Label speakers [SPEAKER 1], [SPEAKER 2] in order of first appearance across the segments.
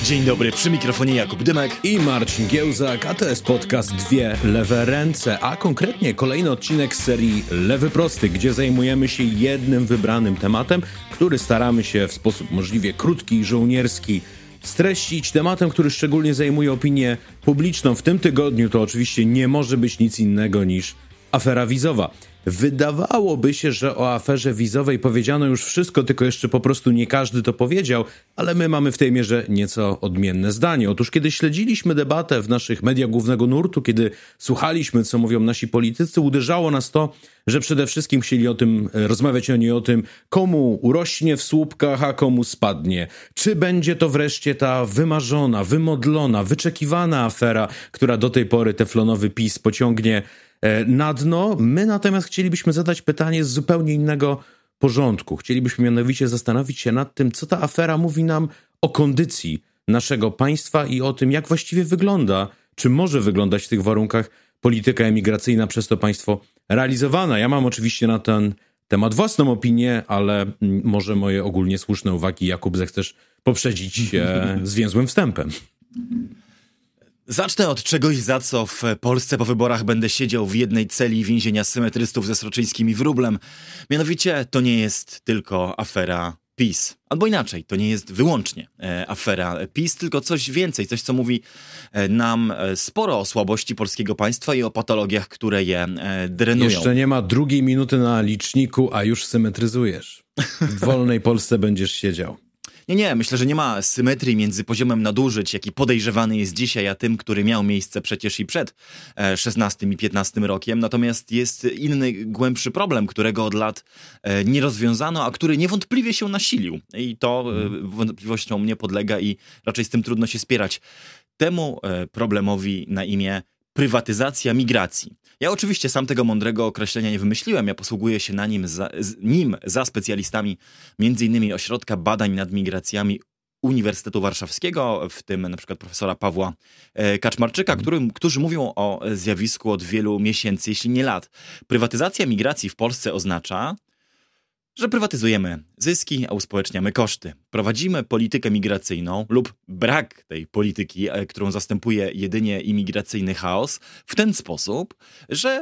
[SPEAKER 1] Dzień dobry, przy mikrofonie Jakub Dymek
[SPEAKER 2] i Marcin Giełzak, a to jest podcast Dwie Lewe Ręce, a konkretnie kolejny odcinek z serii Lewy Prosty, gdzie zajmujemy się jednym wybranym tematem, który staramy się w sposób możliwie krótki i żołnierski streścić. Tematem, który szczególnie zajmuje opinię publiczną w tym tygodniu, to oczywiście nie może być nic innego niż afera wizowa. Wydawałoby się, że o aferze wizowej powiedziano już wszystko, tylko jeszcze po prostu nie każdy to powiedział, ale my mamy w tej mierze nieco odmienne zdanie. Otóż kiedy śledziliśmy debatę w naszych mediach głównego nurtu, kiedy słuchaliśmy, co mówią nasi politycy, uderzało nas to, że przede wszystkim chcieli rozmawiać oni o tym, komu urośnie w słupkach, a komu spadnie. Czy będzie to wreszcie ta wymarzona, wymodlona, wyczekiwana afera, która do tej pory teflonowy PiS pociągnie na dno. My natomiast chcielibyśmy zadać pytanie z zupełnie innego porządku. Chcielibyśmy mianowicie zastanowić się nad tym, co ta afera mówi nam o kondycji naszego państwa i o tym, jak właściwie wygląda, czy może wyglądać w tych warunkach polityka emigracyjna przez to państwo realizowana. Ja mam oczywiście na ten temat własną opinię, ale może moje ogólnie słuszne uwagi, Jakub, zechcesz poprzedzić zwięzłym wstępem.
[SPEAKER 1] Zacznę od czegoś, za co w Polsce po wyborach będę siedział w jednej celi więzienia symetrystów ze Sroczyńskim i Wróblem. Mianowicie to nie jest tylko afera PiS. Albo inaczej, to nie jest wyłącznie afera PiS, tylko coś więcej, coś co mówi nam sporo o słabości polskiego państwa i o patologiach, które je drenują.
[SPEAKER 2] Jeszcze nie ma drugiej minuty na liczniku, a już symetryzujesz. W wolnej Polsce będziesz siedział.
[SPEAKER 1] Nie, myślę, że nie ma symetrii między poziomem nadużyć, jaki podejrzewany jest dzisiaj, a tym, który miał miejsce przecież i przed 16 i 15 rokiem. Natomiast jest inny, głębszy problem, którego od lat nie rozwiązano, a który niewątpliwie się nasilił. I to wątpliwościom nie podlega i raczej z tym trudno się spierać. Temu problemowi na imię prywatyzacja migracji. Ja oczywiście sam tego mądrego określenia nie wymyśliłem, ja posługuję się nim za specjalistami m.in. Ośrodka Badań nad Migracjami Uniwersytetu Warszawskiego, w tym na przykład profesora Pawła Kaczmarczyka, którzy mówią o zjawisku od wielu miesięcy, jeśli nie lat. Prywatyzacja migracji w Polsce oznacza, że prywatyzujemy zyski, a uspołeczniamy koszty. Prowadzimy politykę migracyjną lub brak tej polityki, którą zastępuje jedynie imigracyjny chaos, w ten sposób, że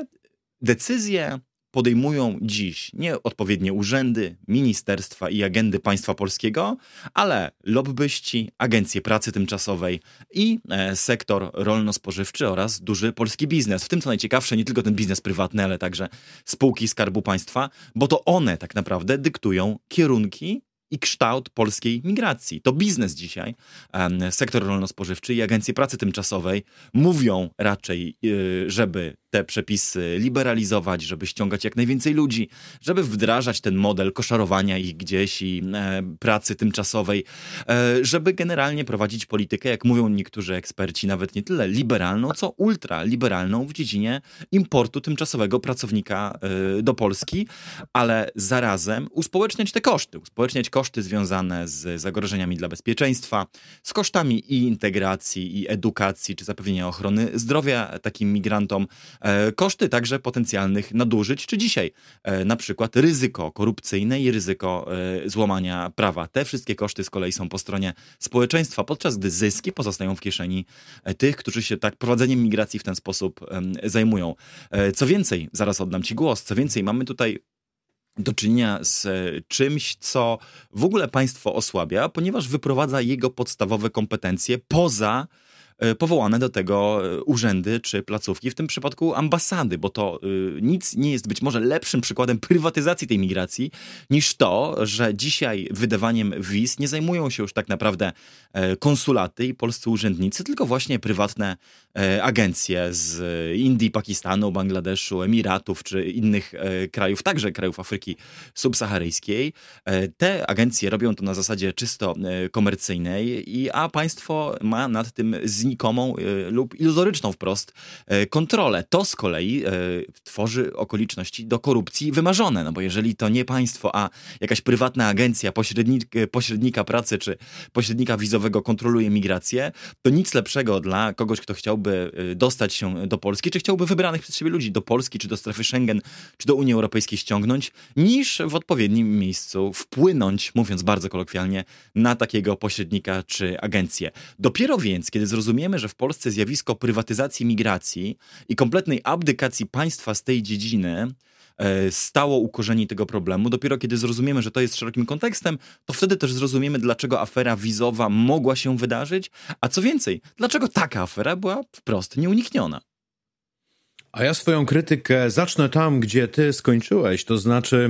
[SPEAKER 1] decyzje podejmują dziś nie odpowiednie urzędy, ministerstwa i agendy państwa polskiego, ale lobbyści, agencje pracy tymczasowej i sektor rolno-spożywczy oraz duży polski biznes. W tym co najciekawsze nie tylko ten biznes prywatny, ale także spółki Skarbu Państwa, bo to one tak naprawdę dyktują kierunki i kształt polskiej migracji. To biznes dzisiaj, sektor rolno-spożywczy i agencje pracy tymczasowej mówią raczej, żeby te przepisy liberalizować, żeby ściągać jak najwięcej ludzi, żeby wdrażać ten model koszarowania ich gdzieś i pracy tymczasowej, żeby generalnie prowadzić politykę, jak mówią niektórzy eksperci, nawet nie tyle liberalną, co ultraliberalną w dziedzinie importu tymczasowego pracownika do Polski, ale zarazem uspołeczniać te koszty. Uspołeczniać koszty związane z zagrożeniami dla bezpieczeństwa, z kosztami i integracji, i edukacji, czy zapewnienia ochrony zdrowia takim migrantom, koszty także potencjalnych nadużyć, czy dzisiaj na przykład ryzyko korupcyjne i ryzyko złamania prawa. Te wszystkie koszty z kolei są po stronie społeczeństwa, podczas gdy zyski pozostają w kieszeni tych, którzy się tak prowadzeniem migracji w ten sposób zajmują. Co więcej, zaraz oddam Ci głos, co więcej, mamy tutaj do czynienia z czymś, co w ogóle państwo osłabia, ponieważ wyprowadza jego podstawowe kompetencje poza powołane do tego urzędy czy placówki, w tym przypadku ambasady, bo to nic nie jest być może lepszym przykładem prywatyzacji tej migracji niż to, że dzisiaj wydawaniem wiz nie zajmują się już tak naprawdę konsulaty i polscy urzędnicy, tylko właśnie prywatne agencje z Indii, Pakistanu, Bangladeszu, Emiratów czy innych krajów, także krajów Afryki subsaharyjskiej. Te agencje robią to na zasadzie czysto komercyjnej, a państwo ma nad tym znikomą lub iluzoryczną wprost kontrolę. To z kolei tworzy okoliczności do korupcji wymarzone, no bo jeżeli to nie państwo, a jakaś prywatna agencja pośrednika pracy czy pośrednika wizowego kontroluje migrację, to nic lepszego dla kogoś, kto chciałby dostać się do Polski, czy chciałby wybranych przez siebie ludzi do Polski, czy do strefy Schengen, czy do Unii Europejskiej ściągnąć, niż w odpowiednim miejscu wpłynąć, mówiąc bardzo kolokwialnie, na takiego pośrednika czy agencję. Dopiero więc, kiedy zrozumiemy, że w Polsce zjawisko prywatyzacji migracji i kompletnej abdykacji państwa z tej dziedziny stało u korzeni tego problemu, dopiero kiedy zrozumiemy, że to jest szerokim kontekstem, to wtedy też zrozumiemy, dlaczego afera wizowa mogła się wydarzyć, a co więcej, dlaczego taka afera była wprost nieunikniona.
[SPEAKER 2] A ja swoją krytykę zacznę tam, gdzie ty skończyłeś, to znaczy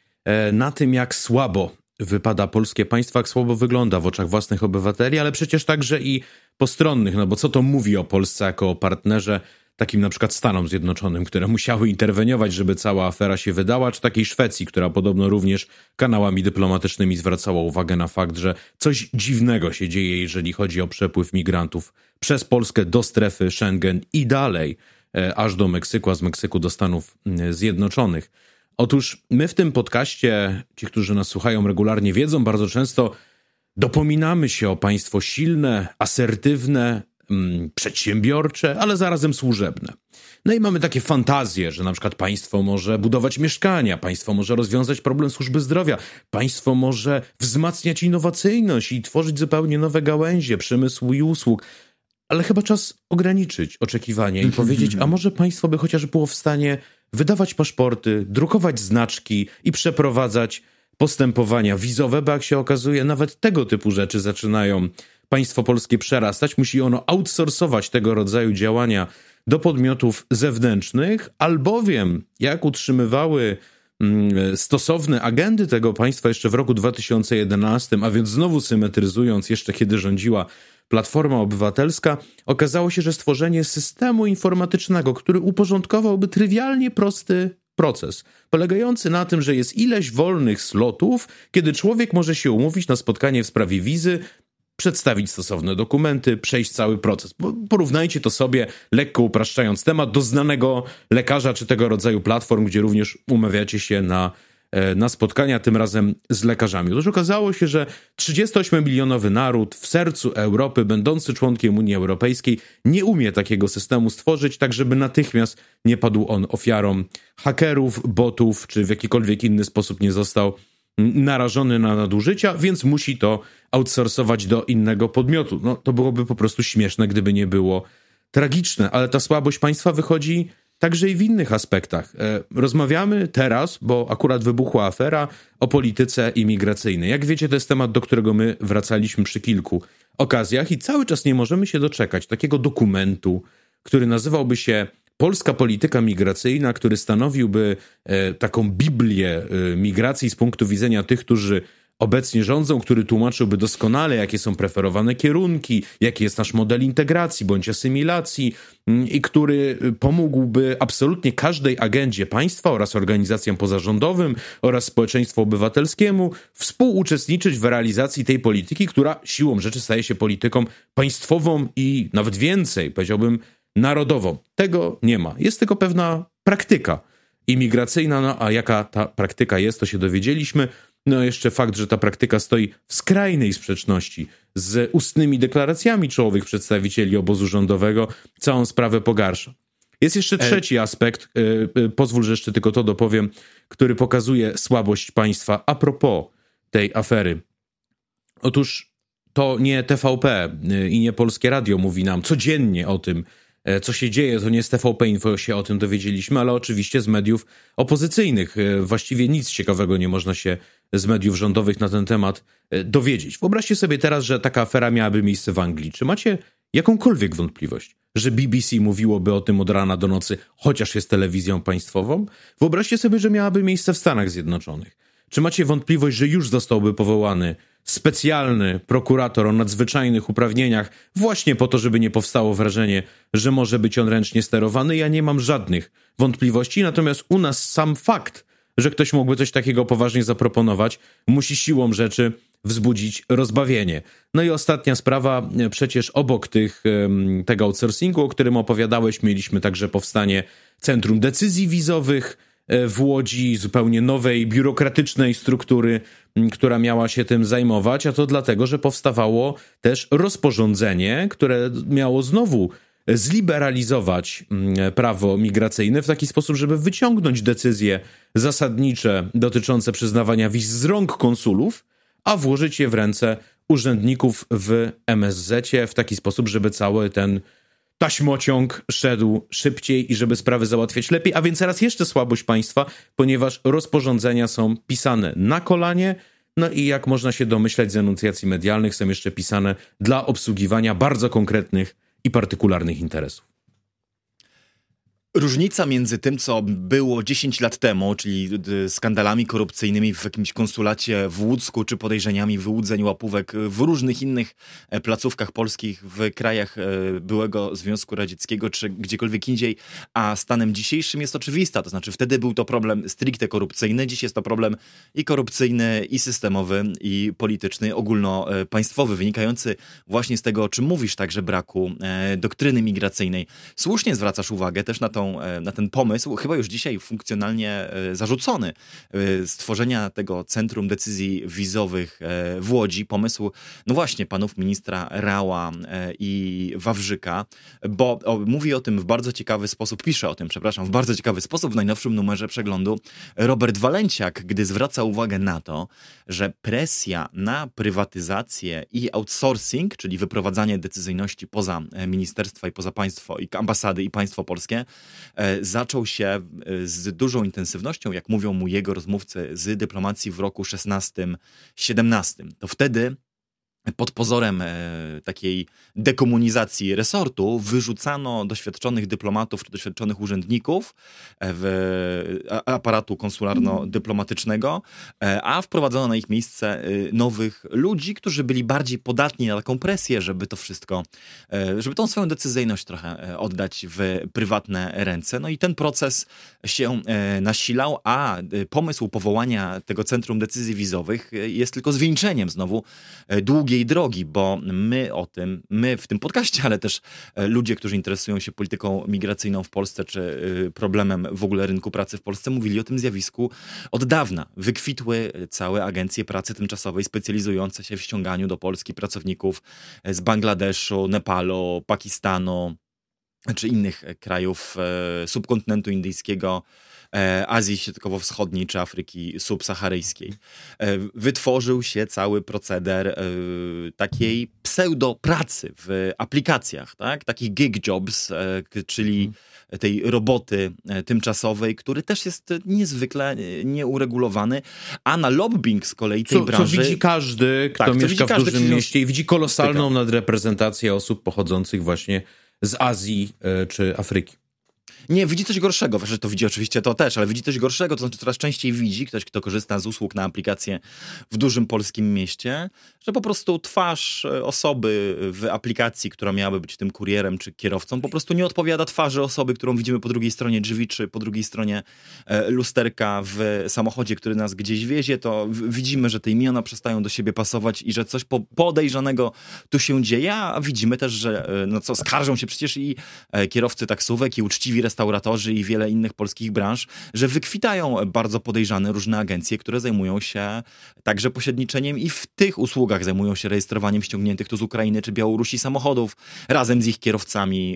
[SPEAKER 2] na tym, jak słabo wypada polskie państwo, jak słabo wygląda w oczach własnych obywateli, ale przecież także i postronnych, no bo co to mówi o Polsce jako o partnerze takim na przykład Stanom Zjednoczonym, które musiały interweniować, żeby cała afera się wydała, czy takiej Szwecji, która podobno również kanałami dyplomatycznymi zwracała uwagę na fakt, że coś dziwnego się dzieje, jeżeli chodzi o przepływ migrantów przez Polskę do strefy Schengen i dalej, aż do Meksyku, a z Meksyku do Stanów Zjednoczonych. Otóż my w tym podcaście, ci, którzy nas słuchają regularnie, wiedzą, bardzo często dopominamy się o państwo silne, asertywne, przedsiębiorcze, ale zarazem służebne. No i mamy takie fantazje, że na przykład państwo może budować mieszkania, państwo może rozwiązać problem służby zdrowia, państwo może wzmacniać innowacyjność i tworzyć zupełnie nowe gałęzie przemysłu i usług. Ale chyba czas ograniczyć oczekiwania i powiedzieć, a może państwo by chociaż było w stanie wydawać paszporty, drukować znaczki i przeprowadzać postępowania wizowe, bo jak się okazuje, nawet tego typu rzeczy zaczynają państwo polskie przerastać. Musi ono outsourcować tego rodzaju działania do podmiotów zewnętrznych, albowiem jak utrzymywały stosowne agendy tego państwa jeszcze w roku 2011, a więc znowu symetryzując jeszcze kiedy rządziła Platforma Obywatelska, okazało się, że stworzenie systemu informatycznego, który uporządkowałby trywialnie prosty proces, polegający na tym, że jest ileś wolnych slotów, kiedy człowiek może się umówić na spotkanie w sprawie wizy, przedstawić stosowne dokumenty, przejść cały proces. Porównajcie to sobie, lekko upraszczając temat, do znanego lekarza czy tego rodzaju platform, gdzie również umawiacie się na spotkania, tym razem z lekarzami. Otóż okazało się, że 38-milionowy naród w sercu Europy, będący członkiem Unii Europejskiej, nie umie takiego systemu stworzyć, tak żeby natychmiast nie padł on ofiarą hakerów, botów, czy w jakikolwiek inny sposób nie został narażony na nadużycia, więc musi to outsourcować do innego podmiotu. No, to byłoby po prostu śmieszne, gdyby nie było tragiczne, ale ta słabość państwa wychodzi także i w innych aspektach. Rozmawiamy teraz, bo akurat wybuchła afera, o polityce imigracyjnej. Jak wiecie, to jest temat, do którego my wracaliśmy przy kilku okazjach i cały czas nie możemy się doczekać takiego dokumentu, który nazywałby się Polska polityka migracyjna, który stanowiłby taką Biblię migracji z punktu widzenia tych, którzy obecnie rządzą, który tłumaczyłby doskonale, jakie są preferowane kierunki, jaki jest nasz model integracji bądź asymilacji i który pomógłby absolutnie każdej agendzie państwa oraz organizacjom pozarządowym oraz społeczeństwu obywatelskiemu współuczestniczyć w realizacji tej polityki, która siłą rzeczy staje się polityką państwową i nawet więcej, powiedziałbym, narodową. Tego nie ma. Jest tylko pewna praktyka imigracyjna, no a jaka ta praktyka jest, to się dowiedzieliśmy. No jeszcze fakt, że ta praktyka stoi w skrajnej sprzeczności z ustnymi deklaracjami czołowych przedstawicieli obozu rządowego, całą sprawę pogarsza. Jest jeszcze trzeci aspekt, pozwól, że jeszcze tylko to dopowiem, który pokazuje słabość państwa a propos tej afery. Otóż to nie TVP i nie Polskie Radio mówi nam codziennie o tym, co się dzieje, to nie z TVP Info się o tym dowiedzieliśmy, ale oczywiście z mediów opozycyjnych. Właściwie nic ciekawego nie można się z mediów rządowych na ten temat dowiedzieć. Wyobraźcie sobie teraz, że taka afera miałaby miejsce w Anglii. Czy macie jakąkolwiek wątpliwość, że BBC mówiłoby o tym od rana do nocy, chociaż jest telewizją państwową? Wyobraźcie sobie, że miałaby miejsce w Stanach Zjednoczonych. Czy macie wątpliwość, że już zostałby powołany specjalny prokurator o nadzwyczajnych uprawnieniach właśnie po to, żeby nie powstało wrażenie, że może być on ręcznie sterowany? Ja nie mam żadnych wątpliwości, natomiast u nas sam fakt, że ktoś mógłby coś takiego poważnie zaproponować, musi siłą rzeczy wzbudzić rozbawienie. No i ostatnia sprawa, przecież obok tego outsourcingu, o którym opowiadałeś, mieliśmy także powstanie Centrum Decyzji Wizowych w Łodzi, zupełnie nowej, biurokratycznej struktury, która miała się tym zajmować, a to dlatego, że powstawało też rozporządzenie, które miało znowu zliberalizować prawo migracyjne w taki sposób, żeby wyciągnąć decyzje zasadnicze dotyczące przyznawania wiz z rąk konsulów, a włożyć je w ręce urzędników w MSZ-cie w taki sposób, żeby cały ten taśmociąg szedł szybciej i żeby sprawy załatwiać lepiej. A więc teraz jeszcze słabość państwa, ponieważ rozporządzenia są pisane na kolanie, no i jak można się domyślać z enuncjacji medialnych, są jeszcze pisane dla obsługiwania bardzo konkretnych i partykularnych interesów.
[SPEAKER 1] Różnica między tym, co było 10 lat temu, czyli skandalami korupcyjnymi w jakimś konsulacie w Łucku, czy podejrzeniami wyłudzeń łapówek w różnych innych placówkach polskich w krajach byłego Związku Radzieckiego, czy gdziekolwiek indziej, a stanem dzisiejszym jest oczywista. To znaczy wtedy był to problem stricte korupcyjny, dziś jest to problem i korupcyjny, i systemowy, i polityczny, ogólnopaństwowy, wynikający właśnie z tego, o czym mówisz, także braku doktryny migracyjnej. Słusznie zwracasz uwagę też na ten pomysł, chyba już dzisiaj funkcjonalnie zarzucony, stworzenia tego Centrum Decyzji Wizowych w Łodzi. Pomysł, no właśnie, panów ministra Rała i Wawrzyka, bo mówi o tym w bardzo ciekawy sposób, pisze o tym, w bardzo ciekawy sposób w najnowszym numerze Przeglądu Robert Walenciak, gdy zwraca uwagę na to, że presja na prywatyzację i outsourcing, czyli wyprowadzanie decyzyjności poza ministerstwa i poza państwo, i ambasady, i państwo polskie, zaczął się z dużą intensywnością, jak mówią mu jego rozmówcy z dyplomacji w roku 16-17. To wtedy pod pozorem takiej dekomunizacji resortu wyrzucano doświadczonych dyplomatów czy doświadczonych urzędników aparatu konsularno-dyplomatycznego, a wprowadzono na ich miejsce nowych ludzi, którzy byli bardziej podatni na taką presję, żeby to wszystko, żeby tą swoją decyzyjność trochę oddać w prywatne ręce. No i ten proces się nasilał, a pomysł powołania tego Centrum Decyzji Wizowych jest tylko zwieńczeniem znowu długiej drogi, bo my w tym podcaście, ale też ludzie, którzy interesują się polityką migracyjną w Polsce, czy problemem w ogóle rynku pracy w Polsce, mówili o tym zjawisku od dawna. Wykwitły całe agencje pracy tymczasowej specjalizujące się w ściąganiu do Polski pracowników z Bangladeszu, Nepalu, Pakistanu, czy innych krajów subkontynentu indyjskiego, Azji Środkowo-Wschodniej czy Afryki subsaharyjskiej. Wytworzył się cały proceder takiej pseudo-pracy w aplikacjach, tak? Takich gig jobs, czyli tej roboty tymczasowej, który też jest niezwykle nieuregulowany, a na lobbying z kolei tej branży...
[SPEAKER 2] Co widzi każdy, kto mieszka w dużym mieście i widzi kolosalną nadreprezentację osób pochodzących właśnie z Azji czy Afryki.
[SPEAKER 1] Nie, widzi coś gorszego, że to widzi oczywiście to też, ale widzi coś gorszego, to znaczy coraz częściej widzi ktoś, kto korzysta z usług na aplikację w dużym polskim mieście, że po prostu twarz osoby w aplikacji, która miałaby być tym kurierem czy kierowcą, po prostu nie odpowiada twarzy osoby, którą widzimy po drugiej stronie drzwi, czy po drugiej stronie lusterka w samochodzie, który nas gdzieś wiezie, to widzimy, że te imiona przestają do siebie pasować i że coś podejrzanego tu się dzieje, a widzimy też, że skarżą się przecież i kierowcy taksówek, i uczciwi restauratorzy i wiele innych polskich branż, że wykwitają bardzo podejrzane różne agencje, które zajmują się także pośredniczeniem i w tych usługach zajmują się rejestrowaniem ściągniętych tu z Ukrainy czy Białorusi samochodów razem z ich kierowcami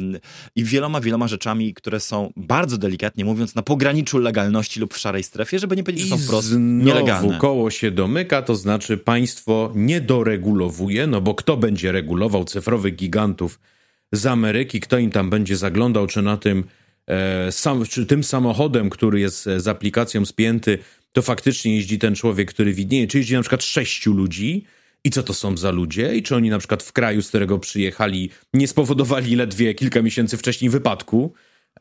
[SPEAKER 1] i wieloma rzeczami, które są bardzo delikatnie mówiąc na pograniczu legalności lub w szarej strefie, żeby nie powiedzieć, że są wprost nielegalne.
[SPEAKER 2] I znowu koło się domyka, to znaczy państwo nie doregulowuje, no bo kto będzie regulował cyfrowych gigantów z Ameryki, kto im tam będzie zaglądał, czy na tym czy tym samochodem, który jest z aplikacją spięty, to faktycznie jeździ ten człowiek, który widnieje, czy jeździ na przykład 6 ludzi i co to są za ludzie i czy oni na przykład w kraju, z którego przyjechali, nie spowodowali ledwie kilka miesięcy wcześniej wypadku,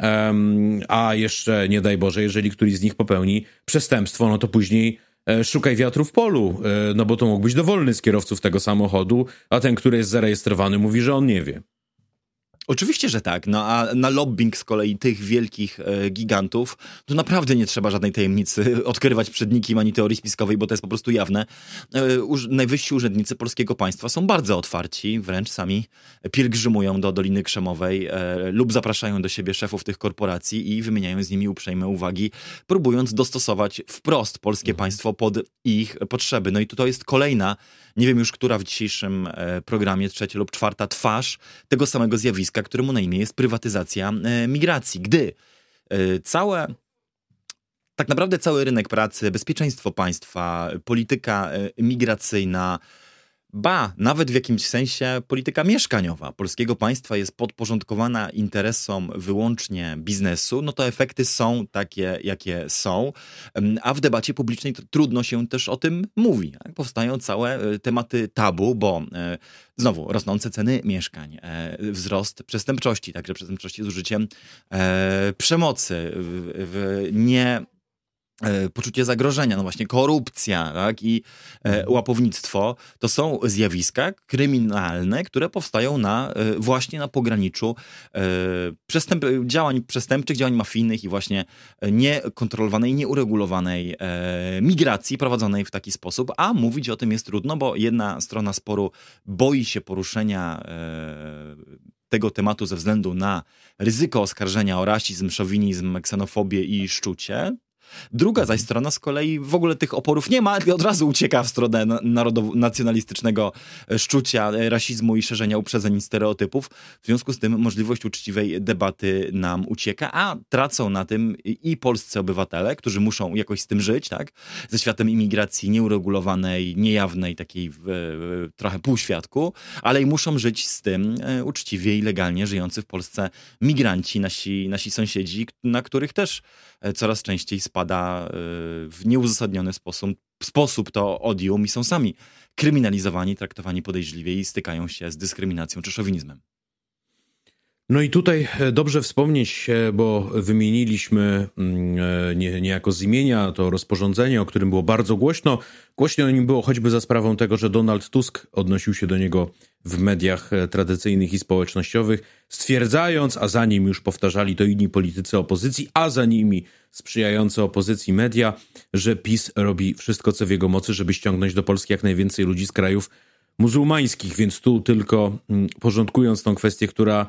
[SPEAKER 2] a jeszcze, nie daj Boże, jeżeli któryś z nich popełni przestępstwo, no to później szukaj wiatru w polu, no bo to mógł być dowolny z kierowców tego samochodu, a ten, który jest zarejestrowany, mówi, że on nie wie.
[SPEAKER 1] Oczywiście, że tak. No a na lobbying z kolei tych wielkich gigantów, to naprawdę nie trzeba żadnej tajemnicy odkrywać przed nikim, ani teorii spiskowej, bo to jest po prostu jawne. Najwyżsi urzędnicy polskiego państwa są bardzo otwarci, wręcz sami pielgrzymują do Doliny Krzemowej lub zapraszają do siebie szefów tych korporacji i wymieniają z nimi uprzejme uwagi, próbując dostosować wprost polskie państwo pod ich potrzeby. No i to jest kolejna, nie wiem już która w dzisiejszym programie, trzecia lub czwarta twarz tego samego zjawiska, któremu na imię jest prywatyzacja migracji. Gdy tak naprawdę cały rynek pracy, bezpieczeństwo państwa, polityka migracyjna, nawet w jakimś sensie polityka mieszkaniowa polskiego państwa jest podporządkowana interesom wyłącznie biznesu, no to efekty są takie, jakie są, a w debacie publicznej trudno się też o tym mówi. Powstają całe tematy tabu, bo znowu rosnące ceny mieszkań, wzrost przestępczości, także przestępczości z użyciem przemocy, poczucie zagrożenia, no właśnie korupcja, tak? I łapownictwo, to są zjawiska kryminalne, które powstają właśnie na pograniczu działań przestępczych, działań mafijnych i właśnie niekontrolowanej, nieuregulowanej migracji prowadzonej w taki sposób, a mówić o tym jest trudno, bo jedna strona sporu boi się poruszenia tego tematu ze względu na ryzyko oskarżenia o rasizm, szowinizm, ksenofobię i szczucie. Druga zaś strona z kolei w ogóle tych oporów nie ma i od razu ucieka w stronę nacjonalistycznego szczucia, rasizmu i szerzenia uprzedzeń i stereotypów. W związku z tym możliwość uczciwej debaty nam ucieka, a tracą na tym i polscy obywatele, którzy muszą jakoś z tym żyć, tak? Ze światem imigracji nieuregulowanej, niejawnej, takiej trochę półświadku, ale i muszą żyć z tym uczciwie i legalnie żyjący w Polsce migranci, nasi sąsiedzi, na których też coraz częściej spada w nieuzasadniony sposób to odium i są sami kryminalizowani, traktowani podejrzliwie i stykają się z dyskryminacją czy szowinizmem.
[SPEAKER 2] No i tutaj dobrze wspomnieć, bo wymieniliśmy niejako z imienia to rozporządzenie, o którym było bardzo głośno. Głośno o nim było choćby za sprawą tego, że Donald Tusk odnosił się do niego w mediach tradycyjnych i społecznościowych, stwierdzając, a za nim już powtarzali to inni politycy opozycji, a za nimi sprzyjające opozycji media, że PiS robi wszystko, co w jego mocy, żeby ściągnąć do Polski jak najwięcej ludzi z krajów muzułmańskich. Więc tu tylko porządkując tą kwestię, która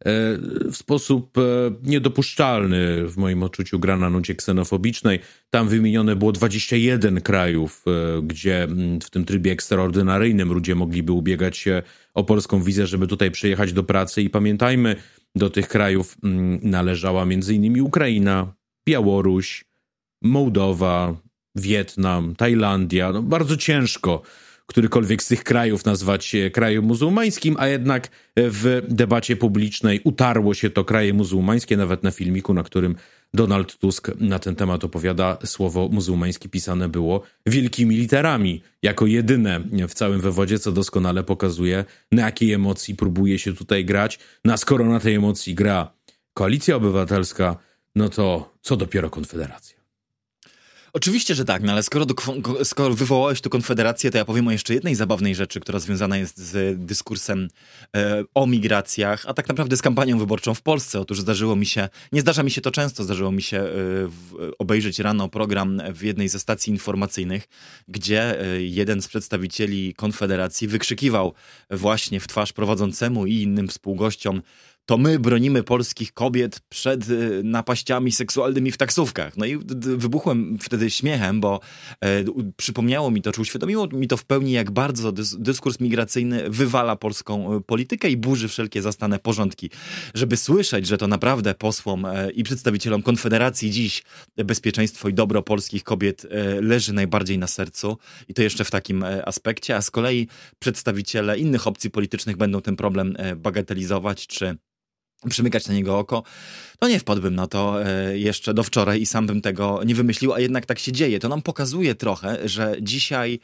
[SPEAKER 2] w sposób niedopuszczalny w moim odczuciu gra na nucie ksenofobicznej. Tam wymienione było 21 krajów, gdzie w tym trybie ekstraordynaryjnym ludzie mogliby ubiegać się o polską wizę, żeby tutaj przyjechać do pracy. I pamiętajmy, do tych krajów należała m.in. Ukraina, Białoruś, Mołdowa, Wietnam, Tajlandia. No, bardzo ciężko którykolwiek z tych krajów nazwać krajem muzułmańskim, a jednak w debacie publicznej utarło się to kraje muzułmańskie, nawet na filmiku, na którym Donald Tusk na ten temat opowiada, słowo muzułmański pisane było wielkimi literami, jako jedyne w całym wywodzie, co doskonale pokazuje, na jakiej emocji próbuje się tutaj grać. No a skoro na tej emocji gra Koalicja Obywatelska, no to co dopiero Konfederacja.
[SPEAKER 1] Oczywiście, że tak, no ale skoro wywołałeś tu Konfederację, to ja powiem o jeszcze jednej zabawnej rzeczy, która związana jest z dyskursem o migracjach, a tak naprawdę z kampanią wyborczą w Polsce. Otóż nie zdarza mi się to często, zdarzyło mi się obejrzeć rano program w jednej ze stacji informacyjnych, gdzie jeden z przedstawicieli Konfederacji wykrzykiwał właśnie w twarz prowadzącemu i innym współgościom: to my bronimy polskich kobiet przed napaściami seksualnymi w taksówkach. No i wybuchłem wtedy śmiechem, bo przypomniało mi to, czy uświadomiło mi to w pełni, jak bardzo dyskurs migracyjny wywala polską politykę i burzy wszelkie zastane porządki. Żeby słyszeć, że to naprawdę posłom i przedstawicielom Konfederacji dziś bezpieczeństwo i dobro polskich kobiet leży najbardziej na sercu i to jeszcze w takim aspekcie, a z kolei przedstawiciele innych opcji politycznych będą ten problem bagatelizować czy przymykać na niego oko, to nie wpadłbym na to jeszcze do wczoraj i sam bym tego nie wymyślił, a jednak tak się dzieje. To nam pokazuje trochę, że dzisiaj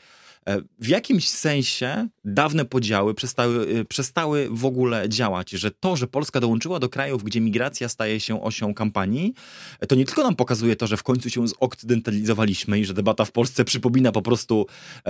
[SPEAKER 1] W jakimś sensie dawne podziały przestały w ogóle działać, że to, że Polska dołączyła do krajów, gdzie migracja staje się osią kampanii, to nie tylko nam pokazuje to, że w końcu się zokcydentalizowaliśmy i że debata w Polsce przypomina po prostu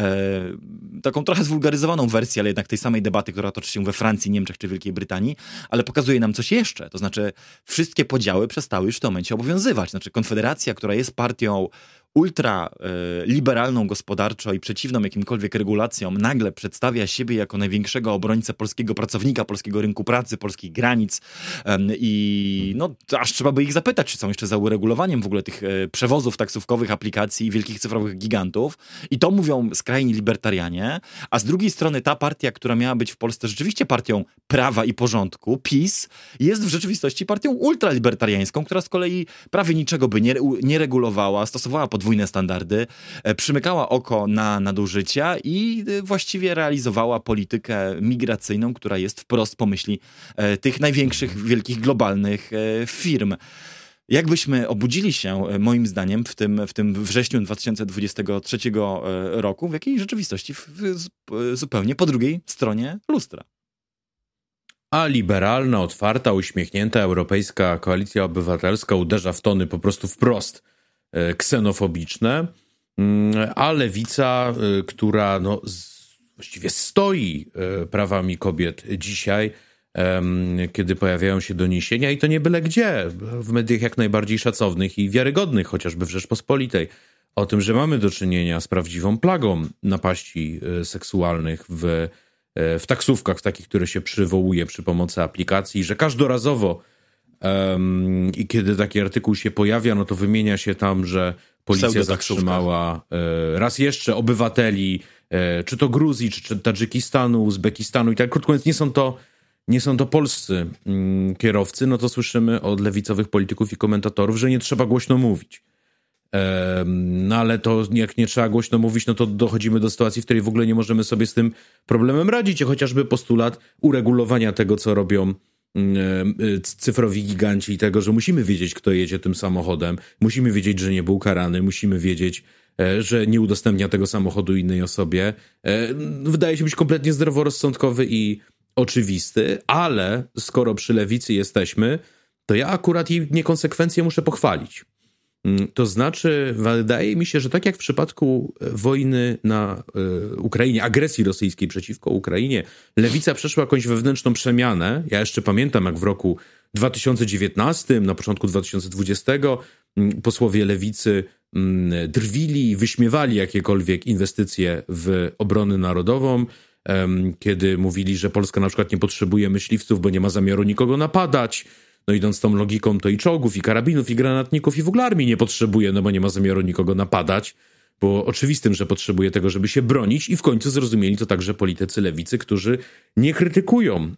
[SPEAKER 1] taką trochę zwulgaryzowaną wersję, ale jednak tej samej debaty, która toczy się we Francji, Niemczech czy Wielkiej Brytanii, ale pokazuje nam coś jeszcze. To znaczy wszystkie podziały przestały już w tym momencie obowiązywać. Znaczy Konfederacja, która jest partią ultraliberalną gospodarczo i przeciwną jakimkolwiek regulacjom, nagle przedstawia siebie jako największego obrońcę polskiego pracownika, polskiego rynku pracy, polskich granic i no aż trzeba by ich zapytać, czy są jeszcze za uregulowaniem w ogóle tych przewozów taksówkowych, aplikacji i wielkich cyfrowych gigantów. I to mówią skrajni libertarianie, a z drugiej strony ta partia, która miała być w Polsce rzeczywiście partią prawa i porządku, PiS, jest w rzeczywistości partią ultralibertariańską, która z kolei prawie niczego by nie regulowała, stosowała podwójne standardy, przymykała oko na nadużycia i właściwie realizowała politykę migracyjną, która jest wprost po myśli tych największych, wielkich, globalnych firm. Jakbyśmy obudzili się, moim zdaniem, w tym wrześniu 2023 roku, w jakiej rzeczywistości zupełnie po drugiej stronie lustra.
[SPEAKER 2] A liberalna, otwarta, uśmiechnięta Europejska Koalicja Obywatelska uderza w tony po prostu wprost ksenofobiczne, a lewica, która właściwie stoi prawami kobiet dzisiaj, kiedy pojawiają się doniesienia i to nie byle gdzie, w mediach jak najbardziej szacownych i wiarygodnych, chociażby w Rzeczpospolitej, o tym, że mamy do czynienia z prawdziwą plagą napaści seksualnych w taksówkach, takich, które się przywołuje przy pomocy aplikacji, że każdorazowo i kiedy taki artykuł się pojawia, no to wymienia się tam, że policja zatrzymała raz jeszcze obywateli, czy to Gruzji, czy Tadżykistanu, Uzbekistanu i tak. Krótko mówiąc, nie są to polscy kierowcy, no to słyszymy od lewicowych polityków i komentatorów, że nie trzeba głośno mówić. No ale to jak nie trzeba głośno mówić, no to dochodzimy do sytuacji, w której w ogóle nie możemy sobie z tym problemem radzić. Chociażby postulat uregulowania tego, co robią cyfrowi giganci i tego, że musimy wiedzieć, kto jedzie tym samochodem, musimy wiedzieć, że nie był karany, musimy wiedzieć, że nie udostępnia tego samochodu innej osobie. Wydaje się być kompletnie zdroworozsądkowy i oczywisty, ale skoro przy lewicy jesteśmy, to ja akurat jej niekonsekwencje muszę pochwalić. To znaczy, wydaje mi się, że tak jak w przypadku wojny na Ukrainie, agresji rosyjskiej przeciwko Ukrainie, lewica przeszła jakąś wewnętrzną przemianę. Ja jeszcze pamiętam, jak w roku 2019, na początku 2020, posłowie lewicy drwili, wyśmiewali jakiekolwiek inwestycje w obronę narodową, kiedy mówili, że Polska na przykład nie potrzebuje myśliwców, bo nie ma zamiaru nikogo napadać. No idąc tą logiką, to i czołgów, i karabinów, i granatników, i w ogóle armii nie potrzebuje, no bo nie ma zamiaru nikogo napadać. Było oczywistym, że potrzebuje tego, żeby się bronić i w końcu zrozumieli to także politycy lewicy, którzy nie krytykują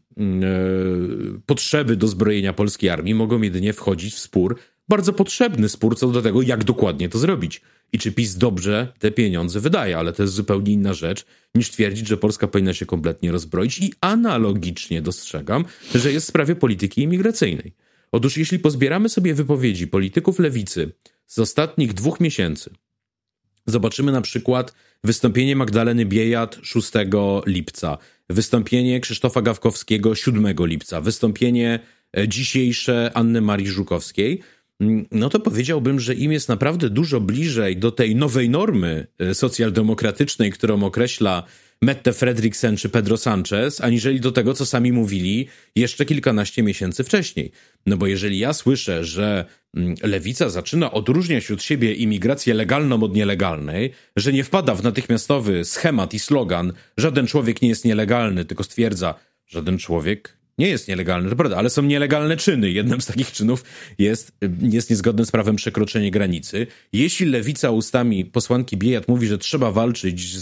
[SPEAKER 2] potrzeby dozbrojenia polskiej armii, mogą jedynie wchodzić w spór, bardzo potrzebny spór co do tego, jak dokładnie to zrobić i czy PiS dobrze te pieniądze wydaje, ale to jest zupełnie inna rzecz niż twierdzić, że Polska powinna się kompletnie rozbroić i analogicznie dostrzegam, że jest w sprawie polityki imigracyjnej. Otóż jeśli pozbieramy sobie wypowiedzi polityków lewicy z ostatnich 2 miesięcy, zobaczymy na przykład wystąpienie Magdaleny Biejat 6 lipca, wystąpienie Krzysztofa Gawkowskiego 7 lipca, wystąpienie dzisiejsze Anny Marii Żukowskiej, no to powiedziałbym, że im jest naprawdę dużo bliżej do tej nowej normy socjaldemokratycznej, którą określa Mette Frederiksen czy Pedro Sanchez, aniżeli do tego, co sami mówili jeszcze kilkanaście miesięcy wcześniej. No bo jeżeli ja słyszę, że lewica zaczyna odróżniać od siebie imigrację legalną od nielegalnej, że nie wpada w natychmiastowy schemat i slogan żaden człowiek nie jest nielegalny, tylko stwierdza żaden człowiek nie jest nielegalny, to prawda, ale są nielegalne czyny. Jednym z takich czynów jest niezgodne z prawem przekroczenie granicy. Jeśli lewica ustami posłanki Biejat mówi, że trzeba walczyć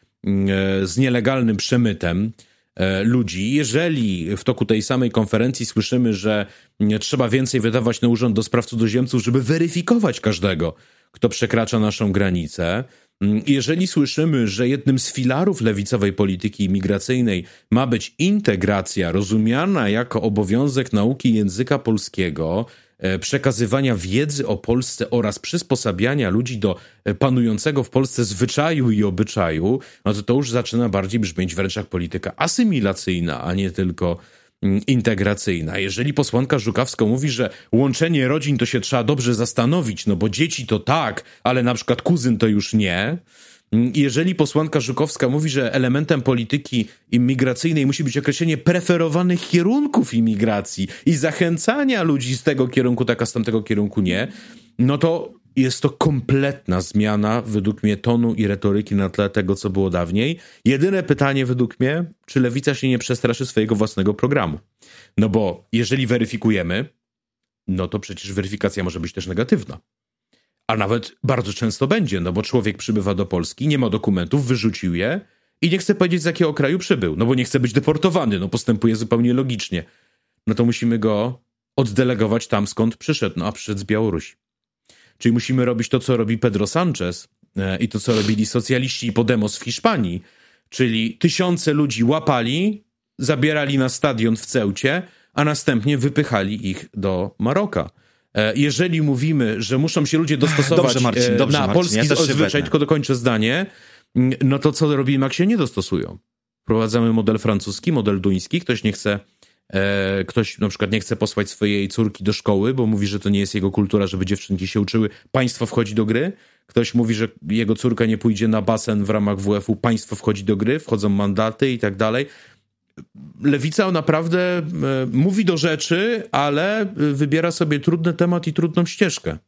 [SPEAKER 2] z nielegalnym przemytem ludzi, jeżeli w toku tej samej konferencji słyszymy, że trzeba więcej wydawać na Urząd do Spraw Cudzoziemców, żeby weryfikować każdego, kto przekracza naszą granicę, jeżeli słyszymy, że jednym z filarów lewicowej polityki imigracyjnej ma być integracja rozumiana jako obowiązek nauki języka polskiego, przekazywania wiedzy o Polsce oraz przysposabiania ludzi do panującego w Polsce zwyczaju i obyczaju, no to już zaczyna bardziej brzmieć wręcz jak polityka asymilacyjna, a nie tylko integracyjna. Jeżeli posłanka Żukowska mówi, że łączenie rodzin to się trzeba dobrze zastanowić, no bo dzieci to tak, ale na przykład kuzyn to już nie. Jeżeli posłanka Żukowska mówi, że elementem polityki imigracyjnej musi być określenie preferowanych kierunków imigracji i zachęcania ludzi z tego kierunku tak, a z tamtego kierunku nie, no to jest to kompletna zmiana według mnie tonu i retoryki na tle tego, co było dawniej. Jedyne pytanie według mnie, czy Lewica się nie przestraszy swojego własnego programu. No bo jeżeli weryfikujemy, no to przecież weryfikacja może być też negatywna. A nawet bardzo często będzie, no bo człowiek przybywa do Polski, nie ma dokumentów, wyrzucił je i nie chce powiedzieć, z jakiego kraju przybył, no bo nie chce być deportowany, no postępuje zupełnie logicznie. No to musimy go oddelegować tam, skąd przyszedł, no a przyszedł z Białorusi. Czyli musimy robić to, co robi Pedro Sánchez i to, co robili socjaliści i Podemos w Hiszpanii, czyli tysiące ludzi łapali, zabierali na stadion w Ceucie, a następnie wypychali ich do Maroka. Jeżeli mówimy, że muszą się ludzie dostosować na polski zwyczaj, tylko dokończę zdanie, no to co robimy, jak się nie dostosują? Wprowadzamy model francuski, model duński, ktoś na przykład nie chce posłać swojej córki do szkoły, bo mówi, że to nie jest jego kultura, żeby dziewczynki się uczyły, państwo wchodzi do gry. Ktoś mówi, że jego córka nie pójdzie na basen w ramach WF-u, państwo wchodzi do gry, wchodzą mandaty i tak dalej. Lewica naprawdę mówi do rzeczy, ale wybiera sobie trudny temat i trudną ścieżkę.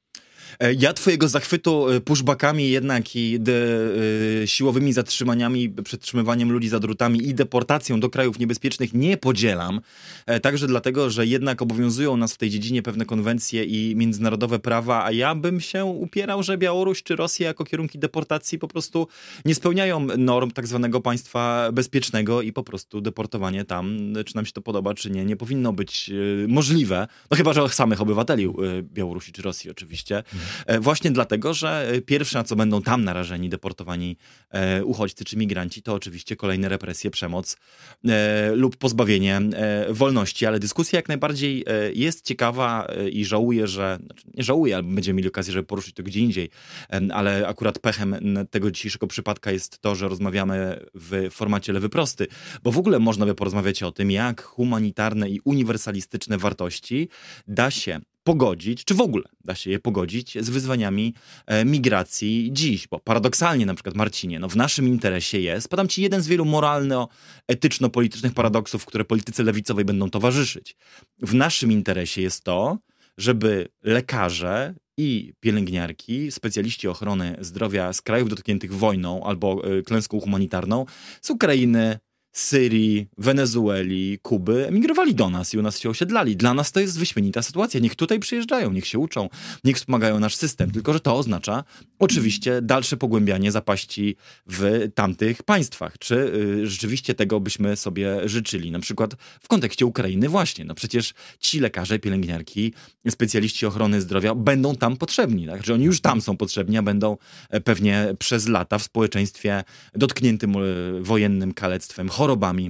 [SPEAKER 1] Ja twojego zachwytu pushbackami jednak i siłowymi zatrzymaniami, przetrzymywaniem ludzi za drutami i deportacją do krajów niebezpiecznych nie podzielam. Także dlatego, że jednak obowiązują nas w tej dziedzinie pewne konwencje i międzynarodowe prawa, a ja bym się upierał, że Białoruś czy Rosja jako kierunki deportacji po prostu nie spełniają norm tak zwanego państwa bezpiecznego i po prostu deportowanie tam, czy nam się to podoba, czy nie, nie powinno być możliwe. No chyba, że samych obywateli Białorusi czy Rosji oczywiście. Właśnie dlatego, że pierwsze, na co będą tam narażeni, deportowani uchodźcy czy migranci, to oczywiście kolejne represje, przemoc lub pozbawienie wolności. Ale dyskusja jak najbardziej jest ciekawa i żałuję, że... Znaczy nie żałuję, ale będziemy mieli okazję, żeby poruszyć to gdzie indziej. Ale akurat pechem tego dzisiejszego przypadka jest to, że rozmawiamy w formacie lewy prosty. Bo w ogóle można by porozmawiać o tym, jak humanitarne i uniwersalistyczne wartości da się pogodzić, czy w ogóle da się je pogodzić z wyzwaniami migracji dziś. Bo paradoksalnie, na przykład Marcinie, no w naszym interesie jest, podam ci jeden z wielu moralno-etyczno-politycznych paradoksów, które polityce lewicowej będą towarzyszyć. W naszym interesie jest to, żeby lekarze i pielęgniarki, specjaliści ochrony zdrowia z krajów dotkniętych wojną albo klęską humanitarną, z Ukrainy, Syrii, Wenezueli, Kuby emigrowali do nas i u nas się osiedlali. Dla nas to jest wyśmienita sytuacja. Niech tutaj przyjeżdżają, niech się uczą, niech wspomagają nasz system. Tylko że to oznacza oczywiście dalsze pogłębianie zapaści w tamtych państwach. Czy rzeczywiście tego byśmy sobie życzyli? Na przykład w kontekście Ukrainy właśnie. No przecież ci lekarze, pielęgniarki, specjaliści ochrony zdrowia będą tam potrzebni. Tak? Że oni już tam są potrzebni, a będą pewnie przez lata w społeczeństwie dotkniętym wojennym kalectwem, chorobami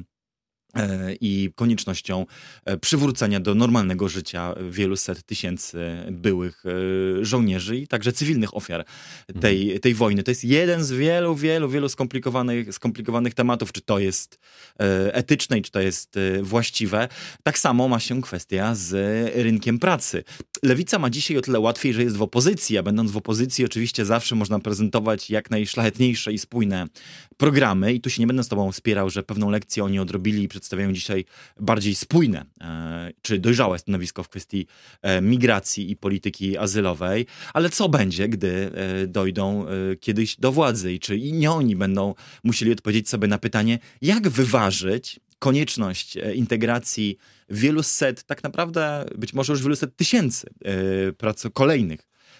[SPEAKER 1] i koniecznością przywrócenia do normalnego życia wielu set tysięcy byłych żołnierzy i także cywilnych ofiar tej wojny. To jest jeden z wielu skomplikowanych tematów, czy to jest etyczne i czy to jest właściwe. Tak samo ma się kwestia z rynkiem pracy. Lewica ma dzisiaj o tyle łatwiej, że jest w opozycji, a będąc w opozycji oczywiście zawsze można prezentować jak najszlachetniejsze i spójne programy i tu się nie będę z tobą spierał, że pewną lekcję oni odrobili i przedstawiają dzisiaj bardziej spójne czy dojrzałe stanowisko w kwestii migracji i polityki azylowej, ale co będzie, gdy dojdą kiedyś do władzy i czy nie oni będą musieli odpowiedzieć sobie na pytanie, jak wyważyć konieczność integracji wielu set, tak naprawdę być może już wielu set tysięcy kolejnych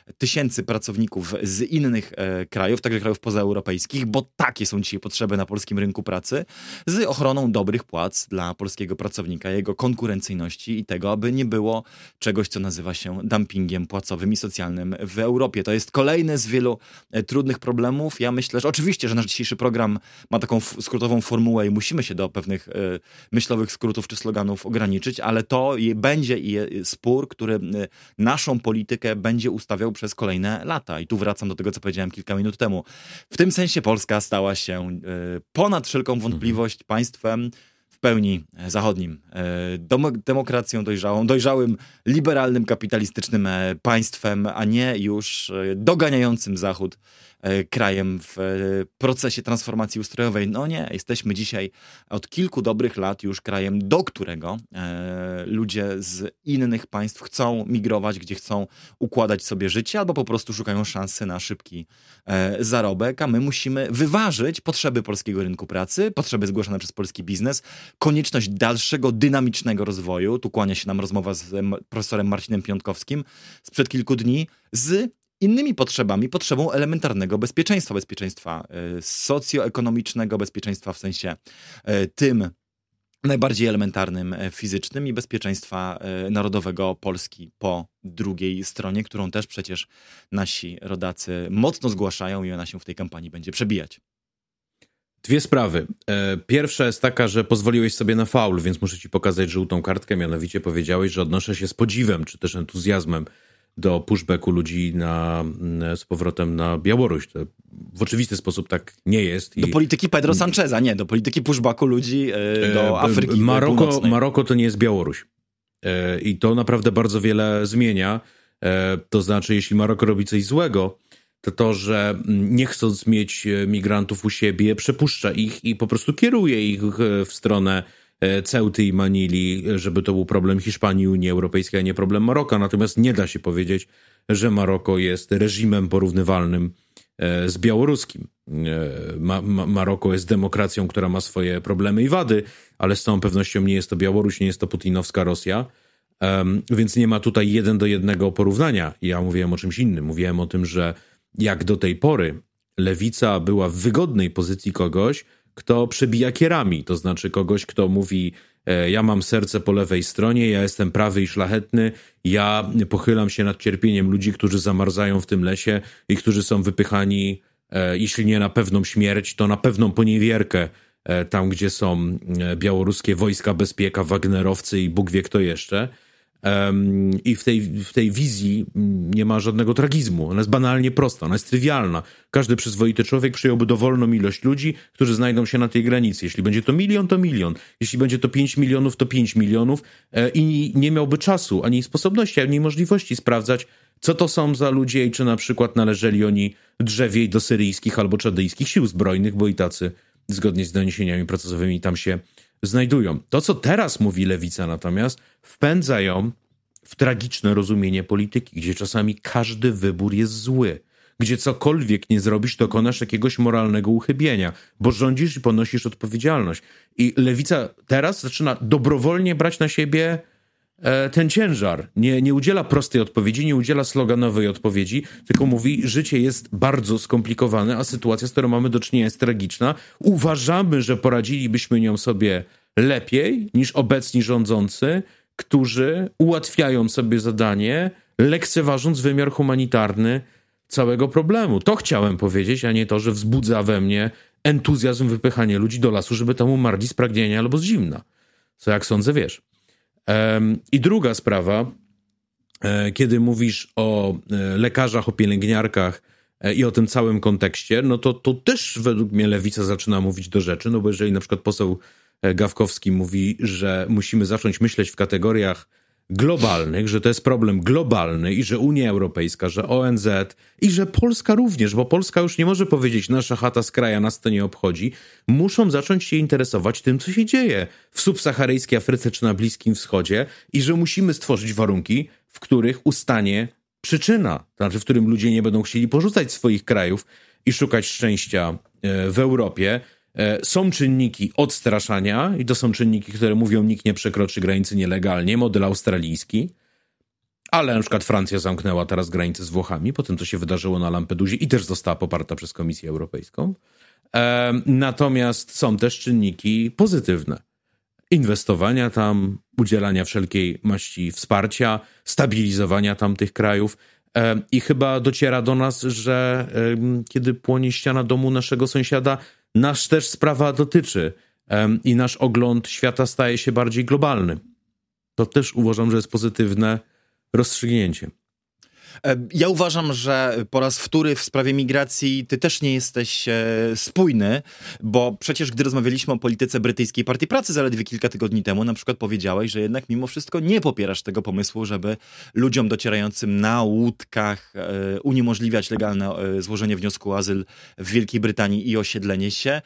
[SPEAKER 1] tysięcy pracowników z innych krajów, także krajów pozaeuropejskich, bo takie są dzisiaj potrzeby na polskim rynku pracy, z ochroną dobrych płac dla polskiego pracownika, jego konkurencyjności i tego, aby nie było czegoś, co nazywa się dumpingiem płacowym i socjalnym w Europie. To jest kolejny z wielu trudnych problemów. Ja myślę, że oczywiście, że nasz dzisiejszy program ma taką skrótową formułę i musimy się do pewnych myślowych skrótów czy sloganów ograniczyć, ale to będzie spór, który naszą politykę będzie ustawiał przez kolejne lata. I tu wracam do tego, co powiedziałem kilka minut temu. W tym sensie Polska stała się ponad wszelką wątpliwość państwem w pełni zachodnim, demokracją dojrzałym, liberalnym, kapitalistycznym państwem, a nie już doganiającym Zachód krajem w procesie transformacji ustrojowej. No nie, jesteśmy dzisiaj od kilku dobrych lat już krajem, do którego ludzie z innych państw chcą migrować, gdzie chcą układać sobie życie, albo po prostu szukają szansy na szybki zarobek, a my musimy wyważyć potrzeby polskiego rynku pracy, potrzeby zgłaszane przez polski biznes, konieczność dalszego, dynamicznego rozwoju. Tu kłania się nam rozmowa z profesorem Marcinem Piątkowskim sprzed kilku dni, z innymi potrzebami, potrzebą elementarnego bezpieczeństwa socjoekonomicznego, bezpieczeństwa w sensie tym najbardziej elementarnym, fizycznym i bezpieczeństwa narodowego Polski po drugiej stronie, którą też przecież nasi rodacy mocno zgłaszają i ona się w tej kampanii będzie przebijać.
[SPEAKER 2] Dwie sprawy. Pierwsza jest taka, że pozwoliłeś sobie na faul, więc muszę ci pokazać żółtą kartkę, mianowicie powiedziałeś, że odnoszę się z podziwem, czy też entuzjazmem do pushbacku ludzi z powrotem na Białoruś. To w oczywisty sposób tak nie jest.
[SPEAKER 1] Do polityki Pedro Sancheza, nie, do polityki pushbacku ludzi do Afryki Północnej.
[SPEAKER 2] Maroko to nie jest Białoruś. I to naprawdę bardzo wiele zmienia. To znaczy, jeśli Maroko robi coś złego, to, że nie chcąc mieć migrantów u siebie, przepuszcza ich i po prostu kieruje ich w stronę Ceuty i Manili, żeby to był problem Hiszpanii i Unii Europejskiej, a nie problem Maroka. Natomiast nie da się powiedzieć, że Maroko jest reżimem porównywalnym z białoruskim. Maroko jest demokracją, która ma swoje problemy i wady, ale z całą pewnością nie jest to Białoruś, nie jest to putinowska Rosja, więc nie ma tutaj 1:1 porównania. Ja mówiłem o czymś innym. Mówiłem o tym, że jak do tej pory lewica była w wygodnej pozycji kogoś, kto przebija kierami, to znaczy kogoś, kto mówi: ja mam serce po lewej stronie, ja jestem prawy i szlachetny, ja pochylam się nad cierpieniem ludzi, którzy zamarzają w tym lesie i którzy są wypychani, jeśli nie na pewną śmierć, to na pewną poniewierkę, tam gdzie są białoruskie wojska bezpieka, wagnerowcy i Bóg wie kto jeszcze. I w tej wizji nie ma żadnego tragizmu. Ona jest banalnie prosta, ona jest trywialna. Każdy przyzwoity człowiek przyjąłby dowolną ilość ludzi, którzy znajdą się na tej granicy. Jeśli będzie to 1 milion, to 1 milion. Jeśli będzie to 5 milionów, to 5 milionów. I nie miałby czasu, ani sposobności, ani możliwości sprawdzać, co to są za ludzie i czy na przykład należeli oni drzewiej do syryjskich albo czadyjskich sił zbrojnych, bo i tacy, zgodnie z doniesieniami procesowymi, tam się znajdują. To, co teraz mówi lewica natomiast, wpędza ją w tragiczne rozumienie polityki, gdzie czasami każdy wybór jest zły, gdzie cokolwiek nie zrobisz, dokonasz jakiegoś moralnego uchybienia, bo rządzisz i ponosisz odpowiedzialność. I lewica teraz zaczyna dobrowolnie brać na siebie ten ciężar. Nie udziela prostej odpowiedzi, nie udziela sloganowej odpowiedzi, tylko mówi: życie jest bardzo skomplikowane, a sytuacja, z którą mamy do czynienia, jest tragiczna. Uważamy, że poradzilibyśmy nią sobie lepiej niż obecni rządzący, którzy ułatwiają sobie zadanie, lekceważąc wymiar humanitarny całego problemu. To chciałem powiedzieć, a nie to, że wzbudza we mnie entuzjazm wypychania ludzi do lasu, żeby tam umarli z pragnienia albo z zimna. Co, jak sądzę, wiesz. I druga sprawa, kiedy mówisz o lekarzach, o pielęgniarkach i o tym całym kontekście, no to też według mnie lewica zaczyna mówić do rzeczy, no bo jeżeli na przykład poseł Gawkowski mówi, że musimy zacząć myśleć w kategoriach globalnych, że to jest problem globalny i że Unia Europejska, że ONZ i że Polska również, bo Polska już nie może powiedzieć: nasza chata z kraja, nas to nie obchodzi, muszą zacząć się interesować tym, co się dzieje w subsaharyjskiej Afryce czy na Bliskim Wschodzie i że musimy stworzyć warunki, w których ustanie przyczyna, to znaczy w którym ludzie nie będą chcieli porzucać swoich krajów i szukać szczęścia w Europie. Są czynniki odstraszania i to są czynniki, które mówią: nikt nie przekroczy granicy nielegalnie, model australijski. Ale na przykład Francja zamknęła teraz granicę z Włochami po tym, co się wydarzyło na Lampedusie i też została poparta przez Komisję Europejską. Natomiast są też czynniki pozytywne. Inwestowania tam, udzielania wszelkiej maści wsparcia, stabilizowania tamtych krajów. I chyba dociera do nas, że kiedy płonie ściana domu naszego sąsiada, nas też sprawa dotyczy i nasz ogląd świata staje się bardziej globalny. To też uważam, że jest pozytywne rozstrzygnięcie.
[SPEAKER 1] Ja uważam, że po raz wtóry w sprawie migracji ty też nie jesteś spójny, bo przecież gdy rozmawialiśmy o polityce brytyjskiej Partii Pracy zaledwie kilka tygodni temu, na przykład powiedziałeś, że jednak mimo wszystko nie popierasz tego pomysłu, żeby ludziom docierającym na łódkach uniemożliwiać legalne złożenie wniosku o azyl w Wielkiej Brytanii i osiedlenie się,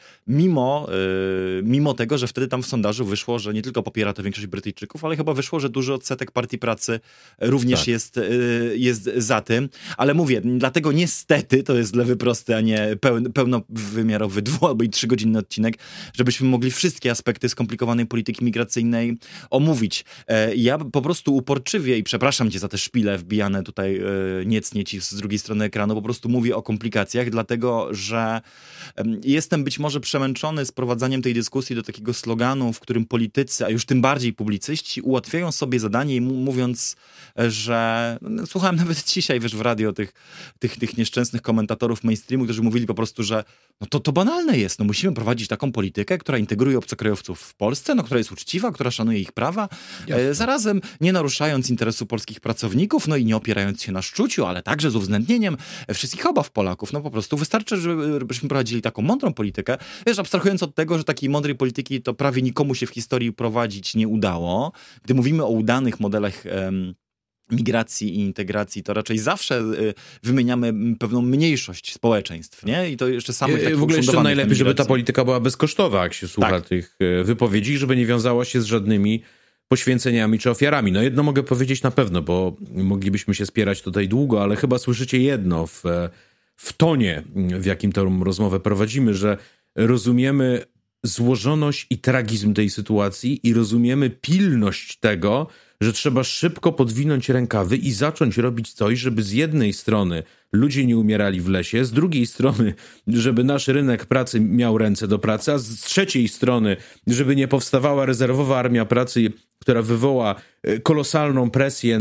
[SPEAKER 1] mimo tego, że wtedy tam w sondażu wyszło, że nie tylko popiera to większość Brytyjczyków, ale chyba wyszło, że duży odsetek Partii Pracy również jest za tym, ale mówię, dlatego niestety to jest lewy prosty, a nie pełnowymiarowy 2 albo i 3-godzinny odcinek, żebyśmy mogli wszystkie aspekty skomplikowanej polityki migracyjnej omówić. Ja po prostu uporczywie, i przepraszam cię za te szpile wbijane tutaj niecnie ci z drugiej strony ekranu, po prostu mówię o komplikacjach, dlatego, że jestem być może przemęczony sprowadzaniem tej dyskusji do takiego sloganu, w którym politycy, a już tym bardziej publicyści ułatwiają sobie zadanie i mówiąc, że słuchałem nawet dzisiaj, wiesz, w radio tych nieszczęsnych komentatorów mainstreamu, którzy mówili po prostu, że no to banalne jest, no musimy prowadzić taką politykę, która integruje obcokrajowców w Polsce, no która jest uczciwa, która szanuje ich prawa, zarazem nie naruszając interesu polskich pracowników, no i nie opierając się na szczuciu, ale także z uwzględnieniem wszystkich obaw Polaków. No po prostu wystarczy, żebyśmy prowadzili taką mądrą politykę. Wiesz, abstrahując od tego, że takiej mądrej polityki to prawie nikomu się w historii prowadzić nie udało. Gdy mówimy o udanych modelach migracji i integracji, to raczej zawsze wymieniamy pewną mniejszość społeczeństw, nie? I to jeszcze samych takich
[SPEAKER 2] w ogóle jeszcze najlepiej, żeby ta
[SPEAKER 1] migracji.
[SPEAKER 2] polityka była bezkosztowa, jak się słucha tych wypowiedzi, żeby nie wiązała się z żadnymi poświęceniami czy ofiarami. No jedno mogę powiedzieć na pewno, bo moglibyśmy się spierać tutaj długo, ale chyba słyszycie jedno w tonie, w jakim tę rozmowę prowadzimy, że rozumiemy złożoność i tragizm tej sytuacji i rozumiemy pilność tego, że trzeba szybko podwinąć rękawy i zacząć robić coś, żeby z jednej strony ludzie nie umierali w lesie, z drugiej strony, żeby nasz rynek pracy miał ręce do pracy, a z trzeciej strony, żeby nie powstawała rezerwowa armia pracy, która wywoła kolosalną presję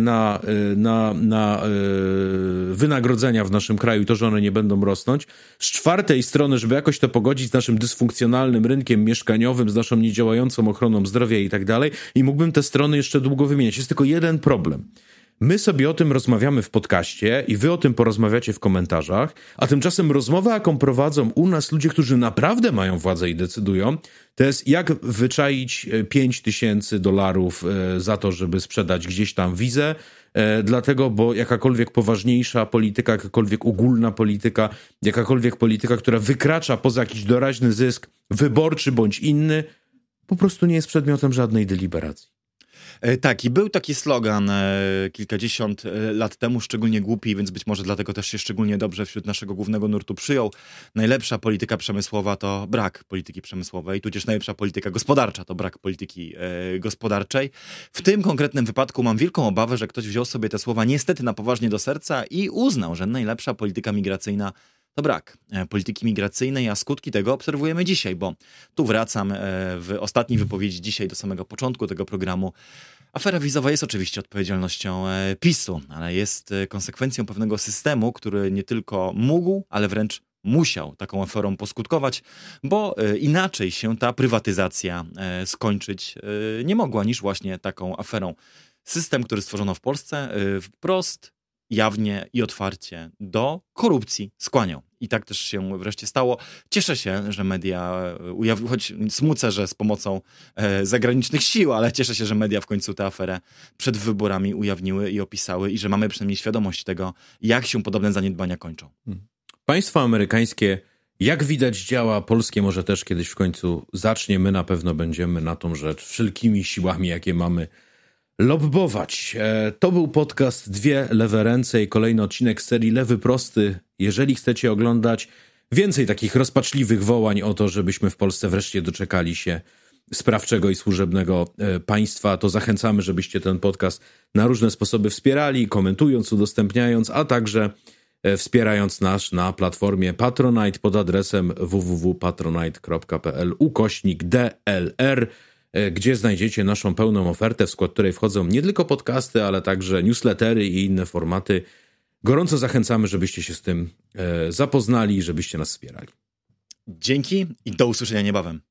[SPEAKER 2] na wynagrodzenia w naszym kraju, to, że one nie będą rosnąć. Z czwartej strony, żeby jakoś to pogodzić z naszym dysfunkcjonalnym rynkiem mieszkaniowym, z naszą niedziałającą ochroną zdrowia i tak dalej. I mógłbym te strony jeszcze długo wymieniać. Jest tylko jeden problem. My sobie o tym rozmawiamy w podcaście i wy o tym porozmawiacie w komentarzach, a tymczasem rozmowa, jaką prowadzą u nas ludzie, którzy naprawdę mają władzę i decydują, to jest jak wyczaić $5,000 za to, żeby sprzedać gdzieś tam wizę, dlatego, bo jakakolwiek poważniejsza polityka, jakakolwiek ogólna polityka, jakakolwiek polityka, która wykracza poza jakiś doraźny zysk wyborczy bądź inny, po prostu nie jest przedmiotem żadnej deliberacji.
[SPEAKER 1] Tak, i był taki slogan kilkadziesiąt lat temu, szczególnie głupi, więc być może dlatego też się szczególnie dobrze wśród naszego głównego nurtu przyjął. Najlepsza polityka przemysłowa to brak polityki przemysłowej, tudzież najlepsza polityka gospodarcza to brak polityki gospodarczej. W tym konkretnym wypadku mam wielką obawę, że ktoś wziął sobie te słowa niestety na poważnie do serca i uznał, że najlepsza polityka migracyjna to brak polityki migracyjnej, a skutki tego obserwujemy dzisiaj, bo tu wracam w ostatniej wypowiedzi dzisiaj do samego początku tego programu. Afera wizowa jest oczywiście odpowiedzialnością PiS-u, ale jest konsekwencją pewnego systemu, który nie tylko mógł, ale wręcz musiał taką aferą poskutkować, bo inaczej się ta prywatyzacja skończyć nie mogła niż właśnie taką aferą. System, który stworzono w Polsce, wprost, jawnie i otwarcie do korupcji skłaniał. I tak też się wreszcie stało. Cieszę się, że media ujawniły, choć smucę, że z pomocą zagranicznych sił, ale cieszę się, że media w końcu tę aferę przed wyborami ujawniły i opisały i że mamy przynajmniej świadomość tego, jak się podobne zaniedbania kończą.
[SPEAKER 2] Państwo amerykańskie, jak widać, działa, polskie może też kiedyś w końcu zacznie. My na pewno będziemy na tą rzecz wszelkimi siłami, jakie mamy, lobbować. To był podcast Dwie lewe ręce i kolejny odcinek z serii Lewy Prosty. Jeżeli chcecie oglądać więcej takich rozpaczliwych wołań o to, żebyśmy w Polsce wreszcie doczekali się sprawczego i służebnego państwa, to zachęcamy, żebyście ten podcast na różne sposoby wspierali, komentując, udostępniając, a także wspierając nas na platformie Patronite pod adresem www.patronite.pl/DLR, gdzie znajdziecie naszą pełną ofertę, w skład której wchodzą nie tylko podcasty, ale także newslettery i inne formaty. Gorąco zachęcamy, żebyście się z tym zapoznali i żebyście nas wspierali.
[SPEAKER 1] Dzięki i do usłyszenia niebawem.